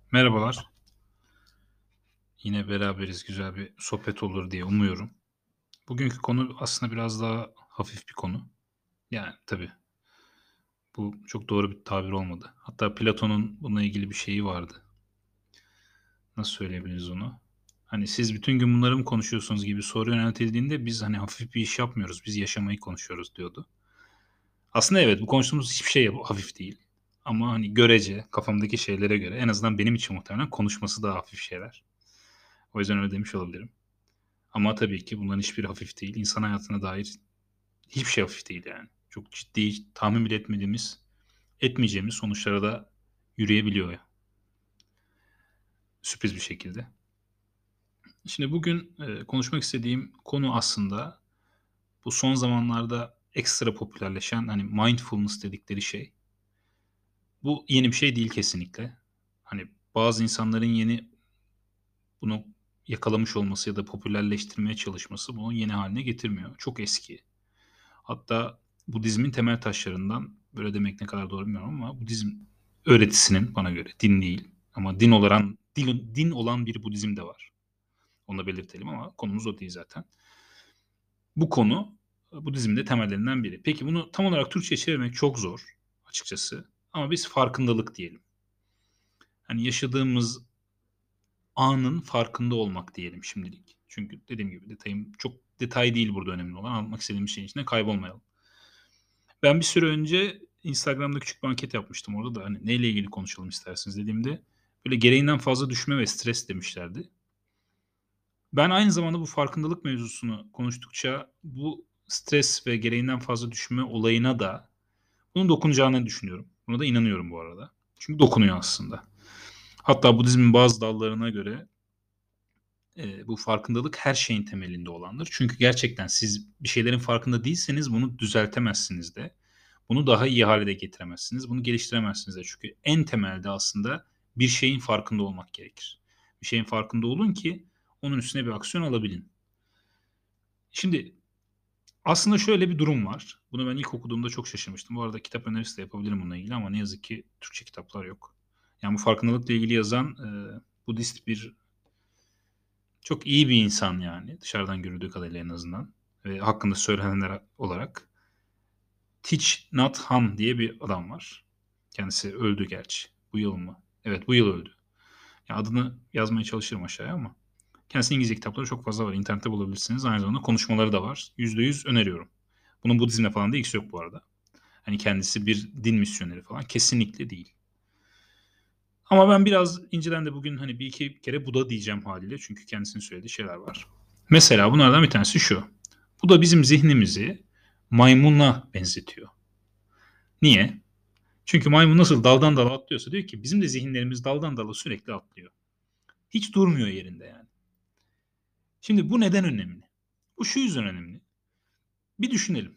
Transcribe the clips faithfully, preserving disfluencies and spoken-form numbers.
Merhabalar. Yine beraberiz. Güzel bir sohbet olur diye umuyorum. Bugünkü konu aslında biraz daha hafif bir konu. Yani tabii bu çok doğru bir tabir olmadı. Hatta Platon'un bununla ilgili bir şeyi vardı. Nasıl söyleyebiliriz onu? Hani siz bütün gün bunları mı konuşuyorsunuz gibi soru yöneltildiğinde biz hani hafif bir iş yapmıyoruz. Biz yaşamayı konuşuyoruz diyordu. Aslında evet bu konuştuğumuz hiçbir şey hafif değil. Ama hani görece kafamdaki şeylere göre en azından benim için muhtemelen konuşması daha hafif şeyler. O yüzden öyle demiş olabilirim. Ama tabii ki bunların hiçbiri hafif değil. İnsan hayatına dair hiçbir şey hafif değil yani. Çok ciddi, tahmin bile etmediğimiz, etmeyeceğimiz sonuçlara da yürüyebiliyor ya, sürpriz bir şekilde. Şimdi bugün, eee, konuşmak istediğim konu aslında bu son zamanlarda ekstra popülerleşen, hani, mindfulness dedikleri şey. Bu yeni bir şey değil kesinlikle. Hani, bazı insanların yeni bunu yakalamış olması ya da popülerleştirmeye çalışması bunu yeni hâline getirmiyor. Çok eski. Hatta Budizmin temel taşlarından, böyle demek ne kadar doğru bilmiyorum ama Budizm öğretisinin bana göre, din değil ama din olaran din din olan bir Budizm de var. Onu da belirtelim ama konumuz o değil zaten. Bu konu Budizm'in de temellerinden biri. Peki bunu tam olarak Türkçe'ye çevirmek çok zor açıkçası ama biz farkındalık diyelim. Hani yaşadığımız anın farkında olmak diyelim şimdilik. Çünkü dediğim gibi detayım çok detay değil burada önemli olan. Anlatmak istediğim şeyin içinde kaybolmayalım. Ben bir süre önce Instagram'da küçük bir anket yapmıştım orada da, hani, "Neyle ilgili konuşalım istersiniz?" dediğimde, böyle, gereğinden fazla düşme ve stres demişlerdi. Ben aynı zamanda bu farkındalık mevzusunu konuştukça bu stres ve gereğinden fazla düşme olayına da bunun dokunacağını düşünüyorum. Buna da inanıyorum bu arada. Çünkü dokunuyor aslında. Hatta Budizmin bazı dallarına göre, eee, bu farkındalık her şeyin temelinde olandır. Çünkü gerçekten siz bir şeylerin farkında değilseniz bunu düzeltemezsiniz de. Bunu daha iyi hâle de getiremezsiniz. Bunu geliştiremezsiniz de. Çünkü en temelde aslında bir şeyin farkında olmak gerekir. Bir şeyin farkında olun ki onun üstüne bir aksiyon alabilin. Şimdi aslında şöyle bir durum var. Bunu ben ilk okuduğumda çok şaşırmıştım. Bu arada kitap önerisi de yapabilirim bununla ilgili ama ne yazık ki Türkçe kitaplar yok. Yani bu farkındalıkla ilgili yazan, eee, Budist bir çok iyi bir insan yani dışarıdan görüldüğü kadarıyla en azından ve hakkında söylenenler olarak. Thich Nhat Hanh diye bir adam var. Kendisi öldü gerçi. Bu yıl mı? Evet, bu yıl öldü. Ya, adını yazmaya çalışırım aşağıya ama kendisinin İngilizce kitapları çok fazla var. İnternette bulabilirsiniz. Aynı zamanda konuşmaları da var. yüzde yüz öneriyorum. Bunun Budizmle falan da ilgisi yok bu arada. Hani kendisi bir din misyoneri falan kesinlikle değil. Ama ben biraz inceden de bugün, hani, bir iki kere Buda diyeceğim hâliyle çünkü kendisinin söylediği şeyler var. Mesela bunlardan bir tanesi şu: Buda bizim zihnimizi maymuna benzetiyor. Niye? Çünkü maymun nasıl daldan dala atlıyorsa diyor ki bizim de zihinlerimiz daldan dala sürekli atlıyor. Hiç durmuyor yerinde yani. Şimdi bu neden önemli? Bu şu yüzden önemli. Bir düşünelim.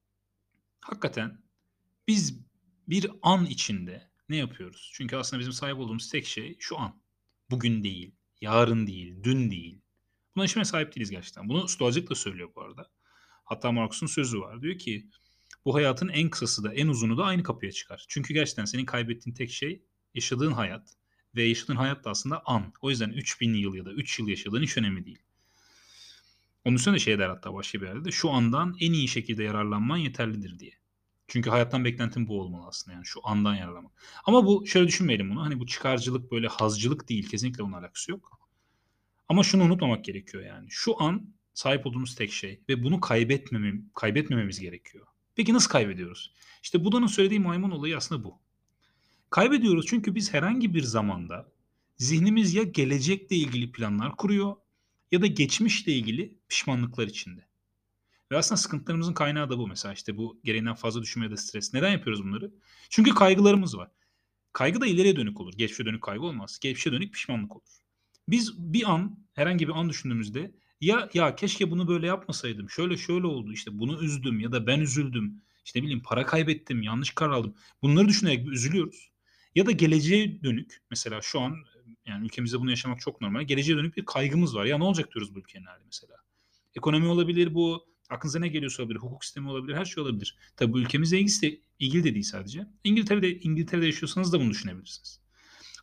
Hakikaten biz bir an içinde ne yapıyoruz? Çünkü aslında bizim sahip olduğumuz tek şey şu an. Bugün değil, yarın değil, dün değil. Buna hiçbirine sahip değiliz gerçekten. Bunu Stoacılık da söylüyor bu arada. Hatta Marcus'un sözü var. Diyor ki bu hayatın en kısası da en uzunu da aynı kapıya çıkar. Çünkü gerçekten senin kaybettiğin tek şey yaşadığın hayat ve yaşadığın hayat da aslında an. O yüzden üç bin yıl ya da üç yıl yaşadığın hiç önemli değil. Onun üstüne de şey der hatta başka bir yerde de şu andan en iyi şekilde yararlanman yeterlidir diye. Çünkü hayattan beklentin bu olmalı aslında yani şu andan yararlanmak. Ama bu şöyle düşünmeyelim bunu. Hani bu çıkarcılık böyle hazcılık değil. Kesinlikle bununla alakası yok. Ama şunu unutmamak gerekiyor yani. Şu an sahip olduğumuz tek şey ve bunu kaybetmemem kaybetmememiz gerekiyor. Peki nasıl kaybediyoruz? İşte Buda'nın söylediği maymun olayı aslında bu. Kaybediyoruz çünkü biz herhangi bir zamanda zihnimiz ya gelecekle ilgili planlar kuruyor ya da geçmişle ilgili pişmanlıklar içinde. Ve aslında sıkıntılarımızın kaynağı da bu. Mesela işte bu gereğinden fazla düşünme ya da stres. Neden yapıyoruz bunları? Çünkü kaygılarımız var. Kaygı da ileriye dönük olur. Geçmişe dönük kaygı olmaz. Geçmişe dönük pişmanlık olur. Biz bir an, herhangi bir an düşündüğümüzde ya ya keşke bunu böyle yapmasaydım, şöyle şöyle oldu, işte bunu üzdüm ya da ben üzüldüm, işte ne bileyim para kaybettim, yanlış karar aldım. Bunları düşünerek bir üzülüyoruz. Ya da geleceğe dönük mesela şu an yani ülkemizde bunu yaşamak çok normal. Geleceğe dönük bir kaygımız var. Ya ne olacak diyoruz bu ülkenin hâli mesela. Ekonomi olabilir bu, aklınıza ne geliyorsa olabilir, hukuk sistemi olabilir, her şey olabilir. Tabii bu ülkemizle ilgisi de ilgili de değil sadece. İngiltere'de İngiltere'de yaşıyorsanız da bunu düşünebilirsiniz.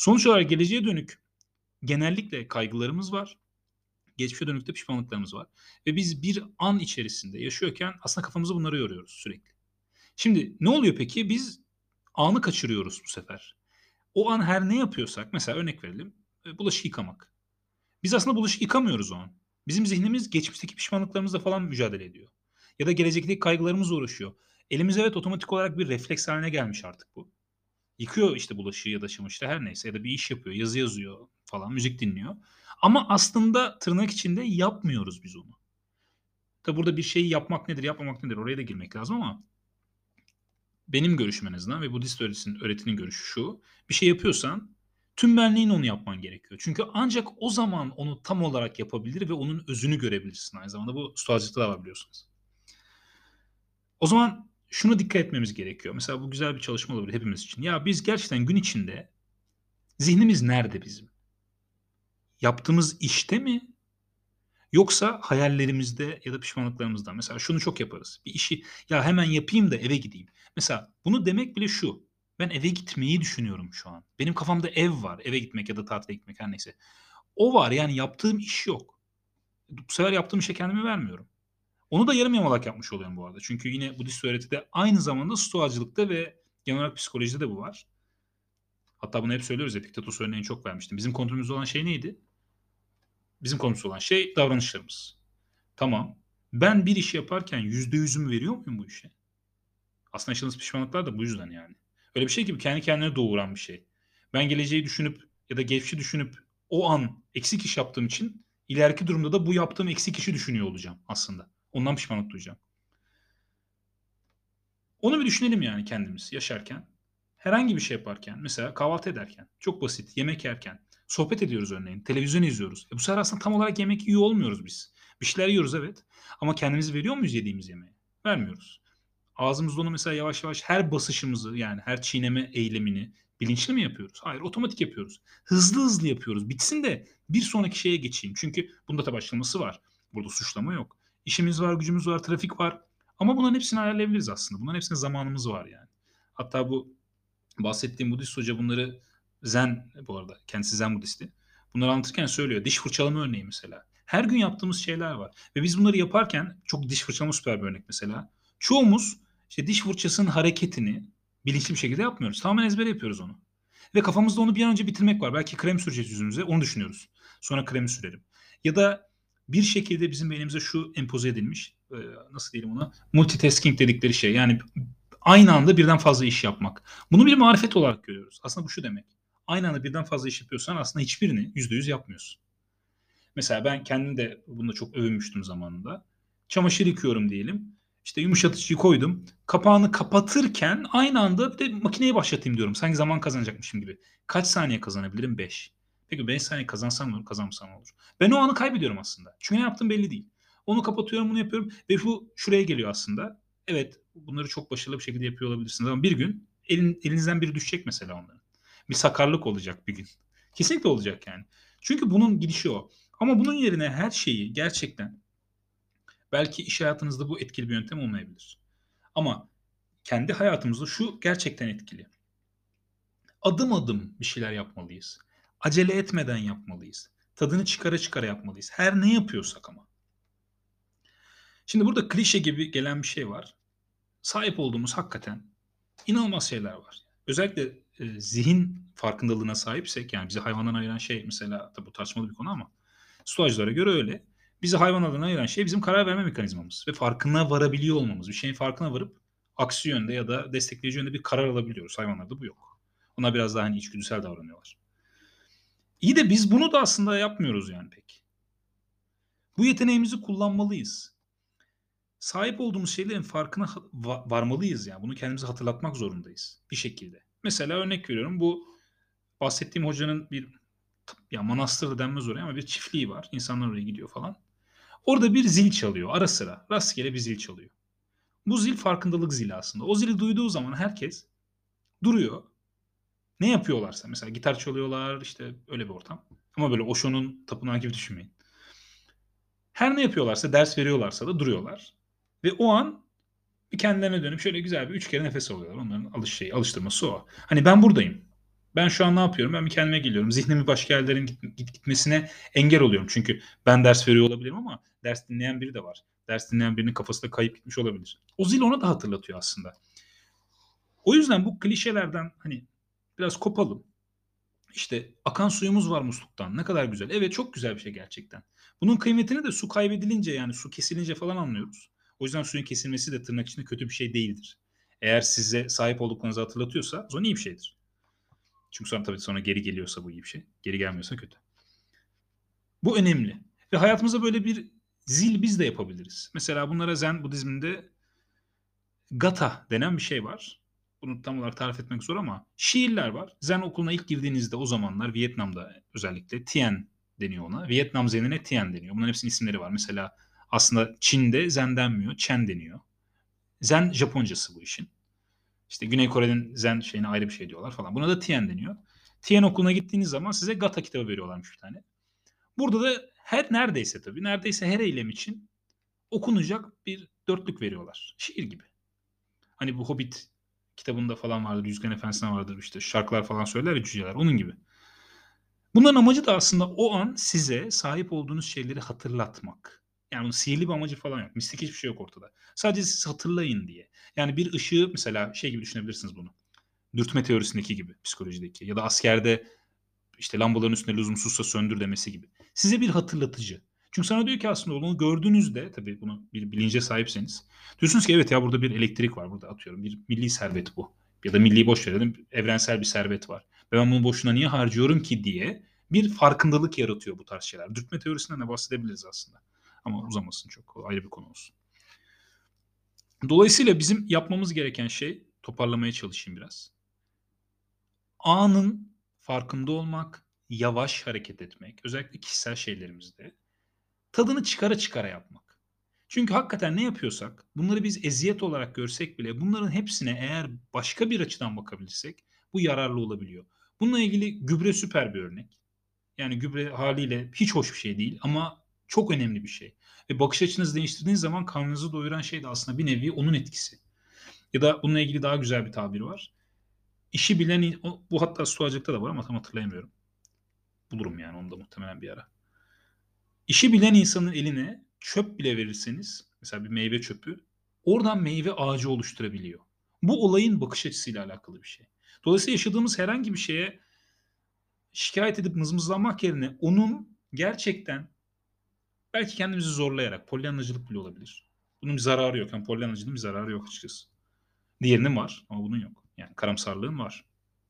Sonuç olarak geleceğe dönük genellikle kaygılarımız var. Geçmişe dönük de pişmanlıklarımız var ve biz bir an içerisinde yaşıyorken aslında kafamızı bunlara yoruyoruz sürekli. Şimdi ne oluyor peki? Biz anı kaçırıyoruz bu sefer. O an her ne yapıyorsak mesela örnek verelim, eee, bulaşık yıkamak. Biz aslında bulaşık yıkamıyoruz o an. Bizim zihnimiz geçmişteki pişmanlıklarımızla falan mücadele ediyor ya da gelecekteki kaygılarımızla uğraşıyor. Elimiz evet otomatik olarak bir refleks hâline gelmiş artık bu. Yıkıyor işte bulaşığı ya da çamaşırı her neyse ya da bir iş yapıyor, yazı yazıyor falan, müzik dinliyor ama aslında tırnak içinde yapmıyoruz biz onu. Tabi burada bir şeyi yapmak nedir, yapmamak nedir oraya da girmek lazım ama benim görüşüm en azından ve Budist öğretisinin öğretinin görüşü şu: Bir şey yapıyorsan tüm benliğinle onu yapman gerekiyor. Çünkü ancak o zaman onu tam olarak yapabilir ve onun özünü görebilirsin aynı zamanda. Bu Stoacılıkta da var biliyorsunuz. O zaman şuna dikkat etmemiz gerekiyor. Mesela bu güzel bir çalışma olabilir hepimiz için. Ya biz gerçekten gün içinde zihnimiz nerede bizim? Yaptığımız işte mi yoksa hayallerimizde ya da pişmanlıklarımızda? Mesela şunu çok yaparız. Bir işi ya hemen yapayım da eve gideyim. Mesela bunu demek bile şu: Ben eve gitmeyi düşünüyorum şu an. Benim kafamda ev var. Eve gitmek ya da tatile gitmek her neyse. O var yani yaptığım iş yok. Bu sefer yaptığım işe kendimi vermiyorum. Onu da yarım yamalak yapmış oluyorum bu arada. Çünkü yine Budist öğretide aynı zamanda Stoacılıkta ve genel olarak psikolojide de bu var. Hatta bunu hep söylüyoruz. Epiktetos örneğini çok vermiştim. Bizim kontrolümüzde olan şey neydi? Bizim kontrolümüzde olan şey davranışlarımız. Tamam. Ben bir işi yaparken yüzde yüzümü veriyor muyum bu işe? Aslında yaşadığımız pişmanlıklar da bu yüzden yani. Öyle bir şey ki bu kendi kendine doğuran bir şey. Ben geleceği düşünüp ya da geçmişi düşünüp o an eksik iş yaptığım için ileriki durumda da bu yaptığım eksik işi düşünüyor olacağım aslında. Ondan pişmanlık duyacağım. Onu bir düşünelim yani kendimiz yaşarken. Herhangi bir şey yaparken, mesela kahvaltı ederken, çok basit, yemek yerken, sohbet ediyoruz örneğin, televizyon izliyoruz. E bu sefer aslında tam olarak yemek yiyor olmuyoruz biz. Bir şeyler yiyoruz evet ama kendimizi veriyor muyuz yediğimiz yemeğe? Vermiyoruz. Ağzımızda onu mesela yavaş yavaş her basışımızı yani her çiğneme eylemini bilinçli mi yapıyoruz? Hayır, otomatik yapıyoruz. Hızlı hızlı yapıyoruz. Bitsin de bir sonraki şeye geçeyim. Çünkü bunda tabii aşılması var. Burada suçlama yok. İşimiz var, gücümüz var, trafik var. Ama bunların hepsini ayarlayabiliriz aslında. Bunların hepsine zamanımız var yani. Hatta bu bahsettiğim Budist hoca bunları Zen bu arada kendisi Zen Budisti. Bunları anlatırken söylüyor. Diş fırçalama örneği mesela. Her gün yaptığımız şeyler var ve biz bunları yaparken çok diş fırçalama süper bir örnek mesela. Çoğumuz işte diş fırçasının hareketini bilinçli bir şekilde yapmıyoruz. Tamamen ezbere yapıyoruz onu. Ve kafamızda onu bir an önce bitirmek var. Belki krem süreceğiz yüzümüze, onu düşünüyoruz. Sonra kremi sürerim. Ya da bir şekilde bizim beynimize şu empoze edilmiş, eee, nasıl diyelim ona, multitasking dedikleri şey. Yani aynı anda birden fazla iş yapmak. Bunu bir marifet olarak görüyoruz. Aslında bu şu demek: Aynı anda birden fazla iş yapıyorsan aslında hiçbirini yüzde yüz yapmıyorsun. Mesela ben kendim de bununla çok övünmüştüm zamanında. Çamaşır yıkıyorum diyelim. İşte yumuşatıcıyı koydum. Kapağını kapatırken aynı anda bir de makineyi başlatayım diyorum. Sanki zaman kazanacakmışım gibi. Kaç saniye kazanabilirim? beş. Peki beş saniye kazansam ne olur, kazanmasam ne olur? Ben o anı kaybediyorum aslında. Çünkü ne yaptığım belli değil. Onu kapatıyorum, bunu yapıyorum ve bu şuraya geliyor aslında. Evet, bunları çok başarılı bir şekilde yapıyor olabilirsiniz ama bir gün elin, elinizden biri düşecek mesela onların. Bir sakarlık olacak bir gün. Kesinlikle olacak yani. Çünkü bunun gidişi o. Ama bunun yerine her şeyi gerçekten belki iş hayatınızda bu etkili bir yöntem olmayabilir. Ama kendi hayatımızda şu gerçekten etkili. Adım adım bir şeyler yapmalıyız. Acele etmeden yapmalıyız. Tadını çıkara çıkara yapmalıyız. Her ne yapıyorsak ama. Şimdi burada klişe gibi gelen bir şey var. Sahip olduğumuz hakikaten inanılmaz şeyler var. Özellikle e, zihin farkındalığına sahipsek yani bizi hayvandan ayıran şey mesela tabii bu tartışmalı bir konu ama Stoacılara göre öyle. Bizi hayvanlardan ayıran şey bizim karar verme mekanizmamız ve farkına varabiliyor olmamız. Bir şeyin farkına varıp aksi yönde ya da destekleyici yönde bir karar alabiliyoruz. Hayvanlarda bu yok. Onlar biraz daha hani içgüdüsel davranıyorlar. İyi de biz bunu da aslında yapmıyoruz yani pek. Bu yeteneğimizi kullanmalıyız. Sahip olduğumuz şeylerin farkına ha- va- varmalıyız yani. Bunu kendimize hatırlatmak zorundayız bir şekilde. Mesela örnek veriyorum bu bahsettiğim hocanın bir ya manastır da denmez oraya ama bir çiftliği var. İnsanlar oraya gidiyor falan. Orada bir zil çalıyor ara sıra. Rastgele bir zil çalıyor. Bu zil farkındalık zili aslında. O zili duyduğu zaman herkes duruyor. Ne yapıyorlarsa mesela gitar çalıyorlar işte öyle bir ortam. Ama böyle Osho'nun tapınağı gibi düşünmeyin. Her ne yapıyorlarsa ders veriyorlarsa da duruyorlar. Ve o an bir kendilerine dönüp şöyle güzel bir üç kere nefes alıyorlar. Onların alış şeyi, alıştırması o. Hani ben buradayım. Ben şu an ne yapıyorum? Ben bir kendime geliyorum. Zihnimin başka yerlerin git git gitmesine engel oluyorum. Çünkü ben ders veriyor olabilirim ama ders dinleyen biri de var. Ders dinleyen birinin kafası da kayıp gitmiş olabilir. O zil ona da hatırlatıyor aslında. O yüzden bu klişelerden, hani, biraz kopalım. İşte, akan suyumuz var musluktan. Ne kadar güzel. Evet, çok güzel bir şey gerçekten. Bunun kıymetini de su kaybedilince, yani su kesilince falan anlıyoruz. O yüzden suyun kesilmesi de tırnak içinde kötü bir şey değildir. Eğer size sahip olduklarınızı hatırlatıyorsa o zaman iyi bir şeydir. Çünkü sonra tabii sonra geri geliyorsa bu iyi bir şey. Geri gelmiyorsa kötü. Bu önemli ve hayatımızda böyle bir zil biz de yapabiliriz. Mesela bunlara Zen Budizm'inde Gata denen bir şey var. Bunu tam olarak tarif etmek zor ama şiirler var. Zen okuluna ilk girdiğinizde o zamanlar Vietnam'da özellikle Tien deniyor ona. Vietnam Zenine Tien deniyor. Bunların hepsinin isimleri var. Mesela aslında Çin'de Zen denmiyor, Chen deniyor. Zen Japoncası bu işin. İşte Güney Kore'nin Zen şeyine ayrı bir şey diyorlar falan. Buna da Tien deniyor. Tien okuluna gittiğiniz zaman size Gata kitabı veriyorlarmış bir tane. Burada da her neredeyse tabii, neredeyse her eylem için okunacak bir dörtlük veriyorlar. Şiir gibi. Hani bu Hobbit kitabında falan vardır, Yüzüklerin Efendisi'nde vardır işte şarkılar falan söyler ya cüceler, onun gibi. Bunların amacı da aslında o an size sahip olduğunuz şeyleri hatırlatmak. Yani bunun sihirli bir amacı falan yok. Mistik hiçbir şey yok ortada. Sadece siz hatırlayın diye. Yani bir ışığı mesela şey gibi düşünebilirsiniz bunu. Dürtme teorisindeki gibi, psikolojideki ya da askerde işte lambaların üstünde lüzumsuzsa söndür demesi gibi. Size bir hatırlatıcı. Çünkü sana diyor ki aslında onu gördüğünüzde tabii bunu bir bilince sahipseniz diyorsunuz ki evet ya burada bir elektrik var, burada atıyorum bir milli servet bu. Ya da milli boş verelim, evrensel bir servet var. Ve ben bunu boşuna niye harcıyorum ki diye bir farkındalık yaratıyor bu tarz şeyler. Dürtme teorisinden de bahsedebiliriz aslında. Ama uzamasın çok. O ayrı bir konu olsun. Dolayısıyla bizim yapmamız gereken şey, toparlamaya çalışayım biraz. Anın farkında olmak, yavaş hareket etmek, özellikle kişisel şeylerimizde tadını çıkara çıkara yapmak. Çünkü hakikaten ne yapıyorsak bunları biz eziyet olarak görsek bile bunların hepsine eğer başka bir açıdan bakabilirsek bu yararlı olabiliyor. Bununla ilgili gübre süper bir örnek. Yani gübre haliyle hiç hoş bir şey değil ama çok önemli bir şey. Ve bakış açınızı değiştirdiğiniz zaman karnınızı doyuran şey de aslında bir nevi onun etkisi. Ya da bununla ilgili daha güzel bir tabir var. İşi bilen, bu hatta Stoacılık'ta da var ama tam hatırlayamıyorum. Bulurum yani onu da muhtemelen bir ara. İşi bilen insanın eline çöp bile verirseniz, mesela bir meyve çöpü, oradan meyve ağacı oluşturabiliyor. Bu olayın bakış açısıyla alakalı bir şey. Dolayısıyla yaşadığımız herhangi bir şeye şikayet edip mızmızlanmak yerine onun gerçekten belki kendimizi zorlayarak, polyanlacılık bile olabilir. Bunun bir zararı yok. Yani polyanlacılığın bir zararı yok açıkçası. Diğerinin var ama bunun yok. Yani karamsarlığın var.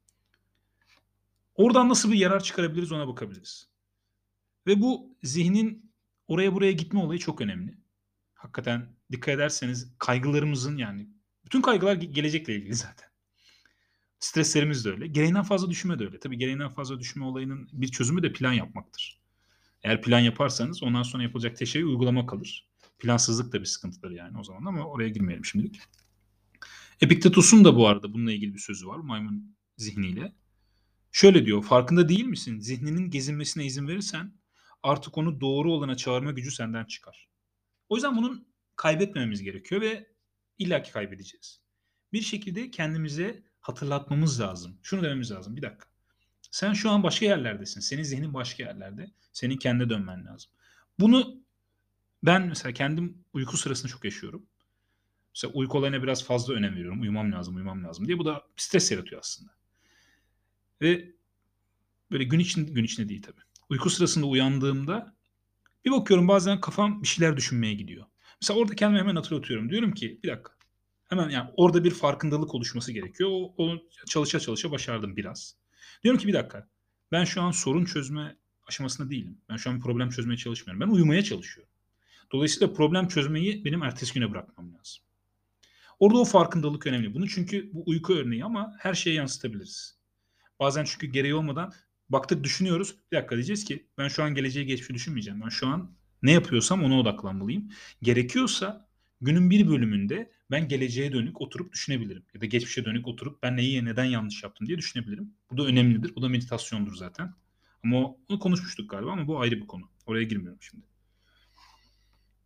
Oradan nasıl bir yarar çıkarabiliriz ona bakabiliriz. Ve bu zihnin oraya buraya gitme olayı çok önemli. Hakikaten dikkat ederseniz kaygılarımızın yani bütün kaygılar ge gelecekle ilgili zaten. Streslerimiz de öyle. Gereğinden fazla düşünme de öyle. Tabii gereğinden fazla düşünme olayının bir çözümü de plan yapmaktır. Eğer plan yaparsanız ondan sonra yapılacak tek şey uygulama kalır. Plansızlık da bir sıkıntıdır yani o zaman ama oraya girmeyelim şimdilik. Epiktetos'un da bu arada bununla ilgili bir sözü var maymun zihniyle. Şöyle diyor, farkında değil misin? Zihninin gezinmesine izin verirsen artık onu doğru olana çağırma gücü senden çıkar. O yüzden bunun kaybetmememiz gerekiyor ve illaki kaybedeceğiz. Bir şekilde kendimize hatırlatmamız lazım. Şunu dememiz lazım. Bir dakika. Sen şu an başka yerlerdesin. Senin zihnin başka yerlerde. Senin kendine dönmen lazım. Bunu ben mesela kendim uyku sırasında çok yaşıyorum. Mesela uyku olayına biraz fazla önem veriyorum. Uyumam lazım, uyumam lazım diye. Bu da stres yaratıyor aslında. Ve böyle gün içinde, gün içinde değil tabii. Uyku sırasında uyandığımda bir bakıyorum bazen kafam bir şeyler düşünmeye gidiyor. Mesela orada kendime hemen hatırlatıyorum. Diyorum ki bir dakika. Hemen yani orada bir farkındalık oluşması gerekiyor. O, onu çalışa çalışa başardım biraz. Diyorum ki bir dakika. Ben şu an sorun çözme aşamasında değilim. Ben şu an bir problem çözmeye çalışmıyorum. Ben uyumaya çalışıyorum. Dolayısıyla problem çözmeyi benim ertesi güne bırakmam lazım. Orada o farkındalık önemli. Bunu çünkü bu uyku örneği ama her şeye yansıtabiliriz. Bazen çünkü gereği olmadan baktık düşünüyoruz. Bir dakika diyeceğiz ki ben şu an geleceği geçmişi düşünmeyeceğim. Ben şu an ne yapıyorsam ona odaklanmalıyım. Gerekiyorsa günün bir bölümünde ben geleceğe dönük oturup düşünebilirim. Ya da geçmişe dönük oturup ben neyi neden yanlış yaptım diye düşünebilirim. Bu da önemlidir. Bu da meditasyondur zaten. Ama onu konuşmuştuk galiba ama bu ayrı bir konu. Oraya girmiyorum şimdi.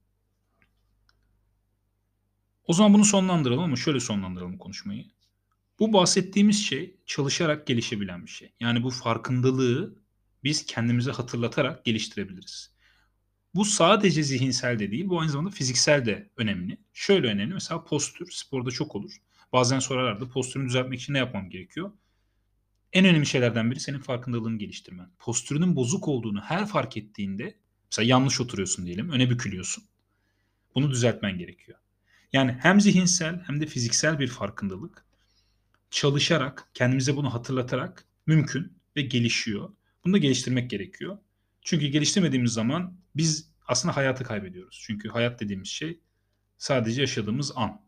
O zaman bunu sonlandıralım ama şöyle sonlandıralım konuşmayı. Bu bahsettiğimiz şey çalışarak gelişebilen bir şey. Yani bu farkındalığı biz kendimize hatırlatarak geliştirebiliriz. Bu sadece zihinsel de değil, bu aynı zamanda fiziksel de önemli. Şöyle önemli, mesela postür, sporda çok olur. Bazen sorarlardı, postürünü düzeltmek için ne yapmam gerekiyor? En önemli şeylerden biri senin farkındalığını geliştirmen. Postürünün bozuk olduğunu her fark ettiğinde, mesela yanlış oturuyorsun diyelim, öne bükülüyorsun. Bunu düzeltmen gerekiyor. Yani hem zihinsel hem de fiziksel bir farkındalık çalışarak, kendimize bunu hatırlatarak mümkün ve gelişiyor. Bunu da geliştirmek gerekiyor. Çünkü geliştirmediğimiz zaman biz aslında hayatı kaybediyoruz. Çünkü hayat dediğimiz şey sadece yaşadığımız an.